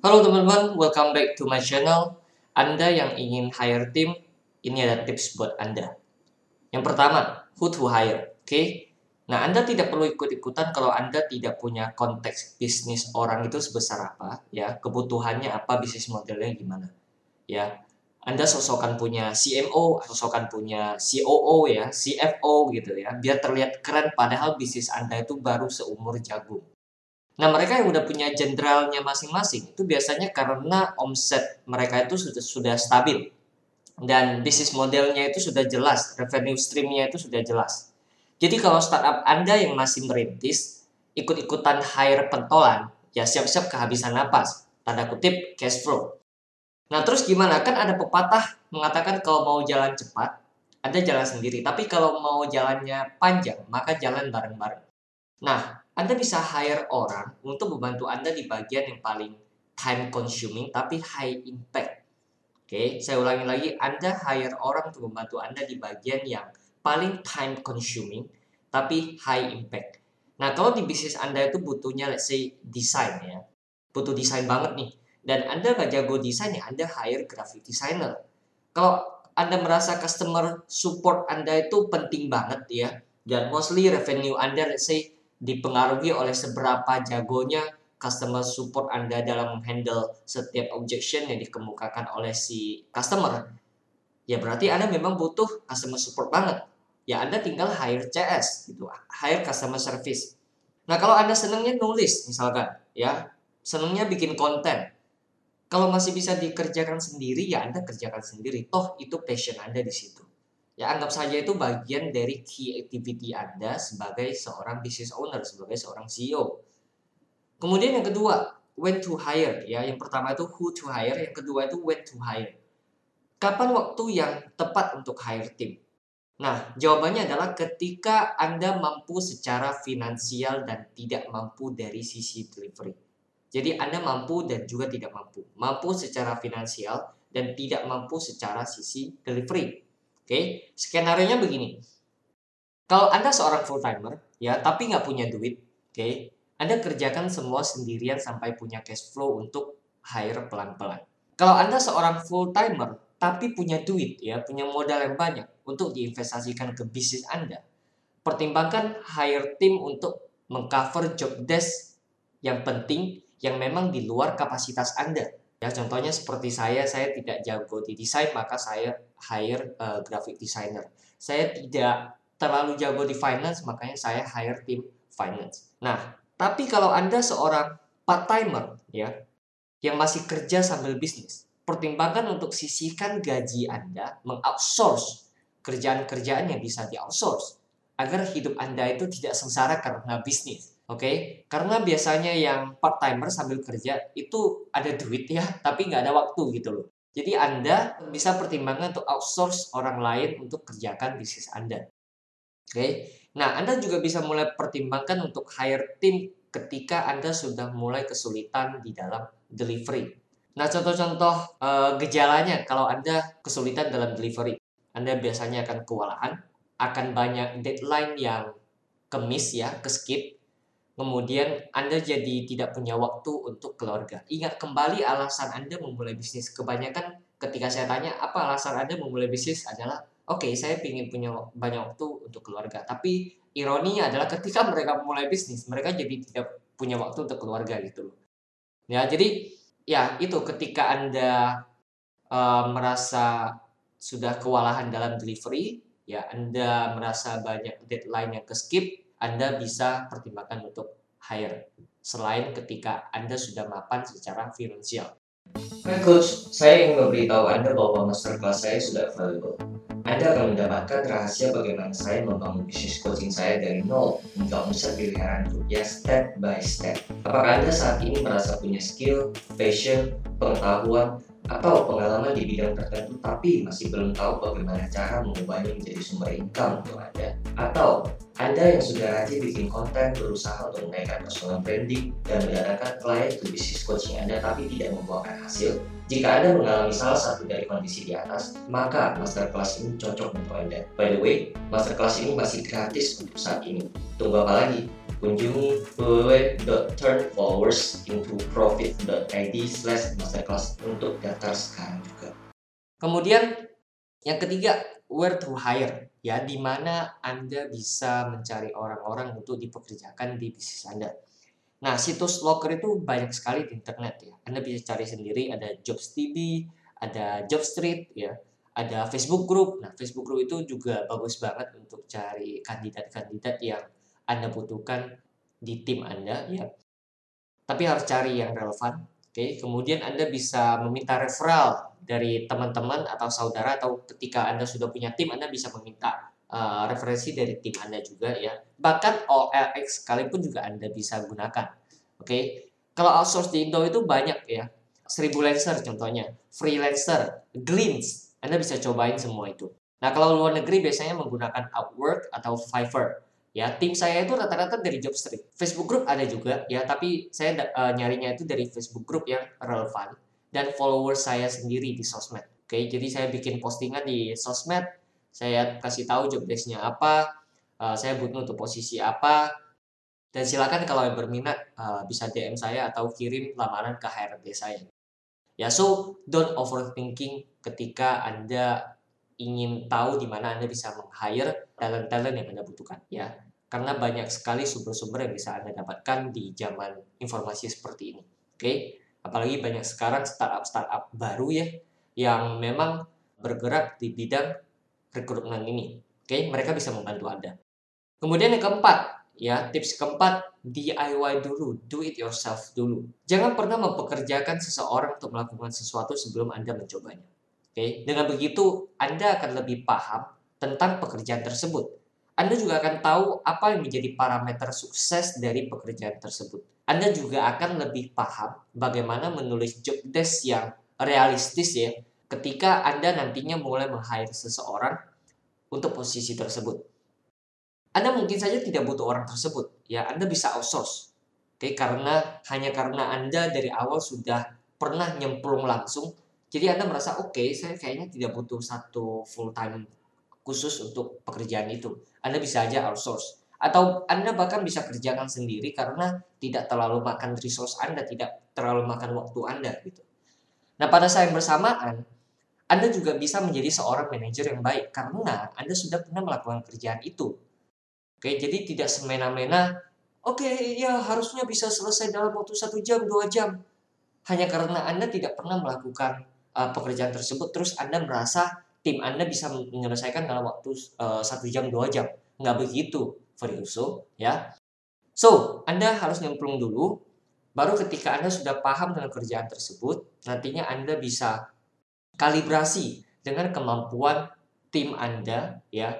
Halo teman-teman, welcome back to my channel. Anda yang ingin hire team, ini ada tips buat Anda. Yang pertama, who to hire, oke? Nah, Anda tidak perlu ikut-ikutan kalau Anda tidak punya konteks bisnis orang itu sebesar apa, ya, kebutuhannya apa, bisnis modelnya gimana, ya. Anda sosokan punya CMO, sosokan punya COO ya, CFO gitu ya, biar terlihat keren padahal bisnis Anda itu baru seumur jagung. Nah, mereka yang udah punya jenderalnya masing-masing, itu biasanya karena omset mereka itu sudah stabil. Dan bisnis modelnya itu sudah jelas, revenue stream-nya itu sudah jelas. Jadi kalau startup Anda yang masih merintis, ikut-ikutan hire pentolan, ya siap-siap kehabisan napas. Tanda kutip, cash flow. Nah, terus gimana? Kan ada pepatah mengatakan kalau mau jalan cepat, Anda jalan sendiri. Tapi kalau mau jalannya panjang, maka jalan bareng-bareng. Nah, Anda bisa hire orang untuk membantu Anda di bagian yang paling time consuming tapi high impact. Oke, saya ulangi lagi, Anda hire orang untuk membantu Anda di bagian yang paling time consuming tapi high impact. Nah, kalau di bisnis Anda itu butuhnya let's say desain ya. Butuh desain banget nih. Dan Anda nggak jago desain ya, Anda hire graphic designer. Kalau Anda merasa customer support Anda itu penting banget ya, dan mostly revenue Anda let's say dipengaruhi oleh seberapa jagonya customer support Anda dalam menghandle setiap objection yang dikemukakan oleh si customer, ya berarti Anda memang butuh customer support banget. Ya Anda tinggal hire CS gitu, hire customer service. Nah, kalau Anda senangnya nulis misalkan, ya, senangnya bikin konten, kalau masih bisa dikerjakan sendiri, ya Anda kerjakan sendiri. Toh itu passion Anda di situ. Ya anggap saja itu bagian dari key activity Anda sebagai seorang business owner, sebagai seorang CEO. Kemudian yang kedua, when to hire. Ya, yang pertama itu who to hire, yang kedua itu when to hire. Kapan waktu yang tepat untuk hire tim? Nah, jawabannya adalah ketika Anda mampu secara finansial dan tidak mampu dari sisi delivery. Jadi Anda mampu dan juga tidak mampu. Mampu secara finansial dan tidak mampu secara sisi delivery. Oke, skenario-nya begini. Kalau Anda seorang full-timer, ya, tapi nggak punya duit, oke, Anda kerjakan semua sendirian sampai punya cash flow untuk hire pelan-pelan. Kalau Anda seorang full-timer, tapi punya duit, ya, punya modal yang banyak untuk diinvestasikan ke bisnis Anda, pertimbangkan hire tim untuk mengcover job desk yang penting yang memang di luar kapasitas Anda. Ya, contohnya seperti saya tidak jago di desain, maka saya hire graphic designer. Saya tidak terlalu jago di finance, makanya saya hire tim finance. Nah, tapi kalau Anda seorang part-timer, ya, yang masih kerja sambil bisnis, pertimbangkan untuk sisihkan gaji Anda, mengoutsource kerjaan-kerjaan yang bisa di-outsource, agar hidup Anda itu tidak sengsara karena bisnis. Oke, karena biasanya yang part-timer sambil kerja itu ada duit ya, tapi nggak ada waktu gitu loh. Jadi Anda bisa pertimbangkan untuk outsource orang lain untuk kerjakan bisnis Anda. Oke, nah Anda juga bisa mulai pertimbangkan untuk hire tim ketika Anda sudah mulai kesulitan di dalam delivery. Nah, contoh-contoh gejalanya kalau Anda kesulitan dalam delivery, Anda biasanya akan kewalahan, akan banyak deadline yang ke-miss ya, ke-skip. Kemudian Anda jadi tidak punya waktu untuk keluarga. Ingat kembali alasan Anda memulai bisnis. Kebanyakan ketika saya tanya apa alasan Anda memulai bisnis adalah, oke, saya ingin punya banyak waktu untuk keluarga. Tapi ironinya adalah ketika mereka memulai bisnis, mereka jadi tidak punya waktu untuk keluarga gitu loh. Ya, jadi ya itu ketika Anda merasa sudah kewalahan dalam delivery, ya Anda merasa banyak deadline yang ke-skip, Anda bisa pertimbangkan untuk hire. Selain ketika Anda sudah mapan secara finansial. Oke Coach, saya ingin memberitahu Anda bahwa masterclass saya sudah available. Anda akan mendapatkan rahasia bagaimana saya membangun bisnis coaching saya dari nol hingga omset miliaran rupiah step by step. Apakah Anda saat ini merasa punya skill, passion, pengetahuan, atau pengalaman di bidang tertentu tapi masih belum tahu bagaimana cara mengubahnya menjadi sumber income untuk Anda? Atau Anda yang sudah rajin bikin konten, berusaha untuk menaikkan personal branding, dan mendatangkan klien to bisnis coaching Anda tapi tidak membuahkan hasil. Jika Anda mengalami salah satu dari kondisi di atas, maka masterclass ini cocok untuk Anda. By the way, masterclass ini masih gratis untuk saat ini. Tunggu apa lagi? Kunjungi www.turnfollowersIntoprofit.id/masterclass untuk daftar sekarang juga. Kemudian yang ketiga, where to hire, ya, di mana Anda bisa mencari orang-orang untuk dipekerjakan di bisnis Anda. Nah, situs loker itu banyak sekali di internet ya. Anda bisa cari sendiri, ada JobsDB, ada JobStreet ya, ada Facebook Group. Nah, Facebook Group itu juga bagus banget untuk cari kandidat-kandidat yang Anda butuhkan di tim Anda ya. Tapi harus cari yang relevan. Oke, kemudian Anda bisa meminta referral dari teman-teman atau saudara, atau ketika Anda sudah punya tim, Anda bisa meminta referensi dari tim Anda juga ya. Bahkan OLX sekalipun juga Anda bisa gunakan. Oke. Kalau outsource di Indo itu banyak ya. 1000 Lancer contohnya, Freelancer, Glints. Anda bisa cobain semua itu. Nah, kalau luar negeri biasanya menggunakan Upwork atau Fiverr. Ya, tim saya itu rata-rata dari Jobstreet. Facebook Group ada juga ya, tapi saya nyarinya itu dari Facebook Group yang relevan dan followers saya sendiri di sosmed. Oke, jadi saya bikin postingan di sosmed, saya kasih tahu job desk-nya apa, saya butuh untuk posisi apa, dan silakan kalau yang berminat bisa DM saya atau kirim lamaran ke HRD saya. Ya, so don't overthinking ketika Anda ingin tahu di mana Anda bisa meng-hire talent-talent yang Anda butuhkan ya. Karena banyak sekali sumber-sumber yang bisa Anda dapatkan di zaman informasi seperti ini. Oke. Apalagi banyak sekarang startup-startup baru ya yang memang bergerak di bidang rekrutmen ini. Oke, mereka bisa membantu Anda. Kemudian yang keempat, ya, tips keempat, DIY dulu, do it yourself dulu. Jangan pernah mempekerjakan seseorang untuk melakukan sesuatu sebelum Anda mencobanya. Oke, dengan begitu Anda akan lebih paham tentang pekerjaan tersebut. Anda juga akan tahu apa yang menjadi parameter sukses dari pekerjaan tersebut. Anda juga akan lebih paham bagaimana menulis job desk yang realistis ya, ketika Anda nantinya mulai meng-hire seseorang untuk posisi tersebut. Anda mungkin saja tidak butuh orang tersebut, ya, Anda bisa outsource. Oke, hanya karena Anda dari awal sudah pernah nyemplung langsung, jadi Anda merasa, oke, saya kayaknya tidak butuh satu full time khusus untuk pekerjaan itu. Anda bisa aja outsource. Atau Anda bahkan bisa kerjakan sendiri karena tidak terlalu makan resource Anda, tidak terlalu makan waktu Anda gitu. Nah, pada saat yang bersamaan, Anda juga bisa menjadi seorang manajer yang baik karena Anda sudah pernah melakukan kerjaan itu. Oke, jadi tidak semena-mena, oke, ya harusnya bisa selesai dalam waktu 1 jam, 2 jam. Hanya karena Anda tidak pernah melakukan pekerjaan tersebut, terus Anda merasa tim Anda bisa menyelesaikan dalam waktu 1 jam, 2 jam. Nggak begitu, Feriuso, ya. So, Anda harus nyemplung dulu, baru ketika Anda sudah paham dengan kerjaan tersebut, nantinya Anda bisa kalibrasi dengan kemampuan tim Anda, ya,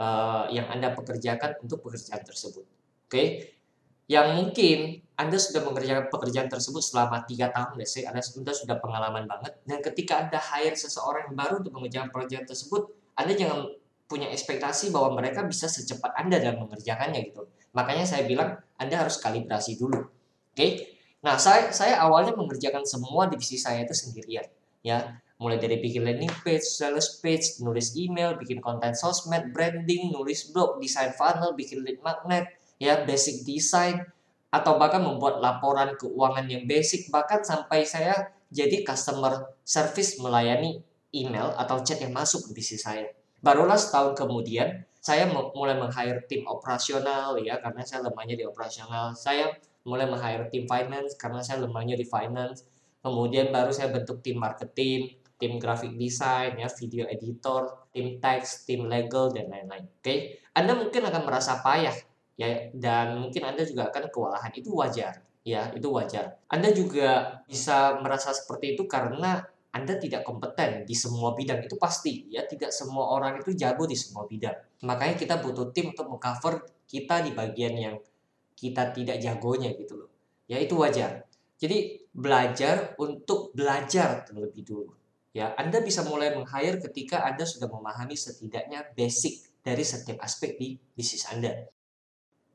yang Anda pekerjakan untuk pekerjaan tersebut. Oke, yang mungkin Anda sudah mengerjakan pekerjaan tersebut selama 3 tahun, let's say Anda sudah pengalaman banget, dan ketika Anda hire seseorang yang baru untuk mengerjakan pekerjaan tersebut, Anda jangan punya ekspektasi bahwa mereka bisa secepat Anda dalam mengerjakannya gitu. Makanya saya bilang Anda harus kalibrasi dulu. Oke. Nah, saya awalnya mengerjakan semua divisi saya itu sendirian, ya. Mulai dari bikin landing page, sales page, nulis email, bikin konten sosmed, branding, nulis blog, desain funnel, bikin lead magnet, ya, basic design, atau bahkan membuat laporan keuangan yang basic, bahkan sampai saya jadi customer service melayani email atau chat yang masuk ke bisnis saya. Barulah setahun kemudian saya mulai meng-hire tim operasional ya, karena saya lemahnya di operasional. Saya mulai meng-hire tim finance karena saya lemahnya di finance. Kemudian baru saya bentuk tim marketing, tim graphic design, ya, video editor, tim tax, tim legal, dan lain-lain. Oke, Anda mungkin akan merasa payah, ya, dan mungkin Anda juga akan kewalahan. Itu wajar, ya, itu wajar. Anda juga bisa merasa seperti itu karena Anda tidak kompeten di semua bidang, itu pasti, ya, tidak semua orang itu jago di semua bidang. Makanya kita butuh tim untuk mengcover kita di bagian yang kita tidak jagonya gitu loh. Ya, itu wajar. Jadi belajar untuk belajar terlebih dulu. Ya, Anda bisa mulai meng-hire ketika Anda sudah memahami setidaknya basic dari setiap aspek di bisnis Anda.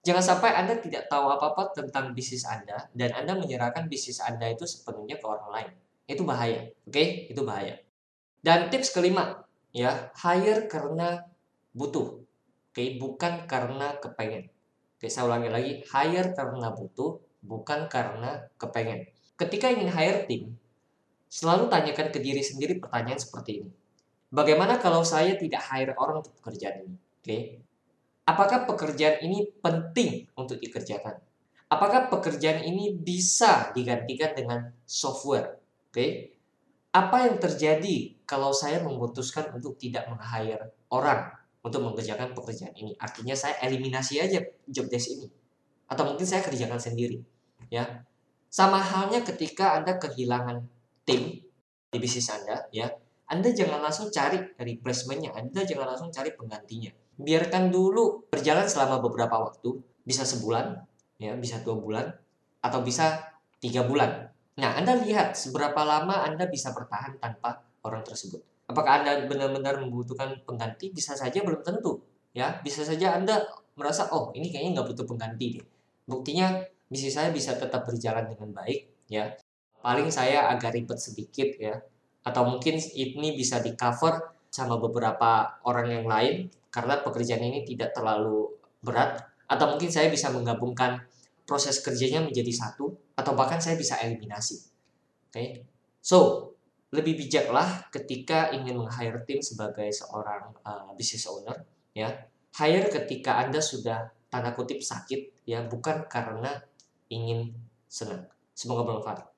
Jangan sampai Anda tidak tahu apa-apa tentang bisnis Anda dan Anda menyerahkan bisnis Anda itu sepenuhnya ke orang lain. Itu bahaya, oke? Itu bahaya. Dan tips kelima, ya, hire karena butuh, oke, bukan karena kepengen. Oke, saya ulangi lagi, hire karena butuh, bukan karena kepengen. Ketika ingin hire tim, selalu tanyakan ke diri sendiri pertanyaan seperti ini. Bagaimana kalau saya tidak hire orang untuk pekerjaan ini? Oke. Apakah pekerjaan ini penting untuk dikerjakan? Apakah pekerjaan ini bisa digantikan dengan software? Oke. Apa yang terjadi kalau saya memutuskan untuk tidak meng-hire orang untuk mengerjakan pekerjaan ini? Artinya saya eliminasi aja job desk ini. Atau mungkin saya kerjakan sendiri. Ya. Sama halnya ketika Anda kehilangan tim di bisnis Anda, ya, Anda jangan langsung cari replacement-nya, Anda jangan langsung cari penggantinya. Biarkan dulu berjalan selama beberapa waktu, bisa sebulan, ya, bisa 2 bulan, atau bisa 3 bulan. Nah, Anda lihat seberapa lama Anda bisa bertahan tanpa orang tersebut. Apakah Anda benar-benar membutuhkan pengganti? Bisa saja belum tentu, ya. Bisa saja Anda merasa, oh ini kayaknya nggak butuh pengganti deh. Buktinya bisnis saya bisa tetap berjalan dengan baik, ya. Paling saya agak ribet sedikit, ya. Atau mungkin ini bisa di-cover sama beberapa orang yang lain karena pekerjaan ini tidak terlalu berat, atau mungkin saya bisa menggabungkan proses kerjanya menjadi satu, atau bahkan saya bisa eliminasi. Oke. So, lebih bijaklah ketika ingin meng-hire tim sebagai seorang business owner, ya. Hire ketika Anda sudah tanda kutip sakit, ya, bukan karena ingin senang. Semoga bermanfaat.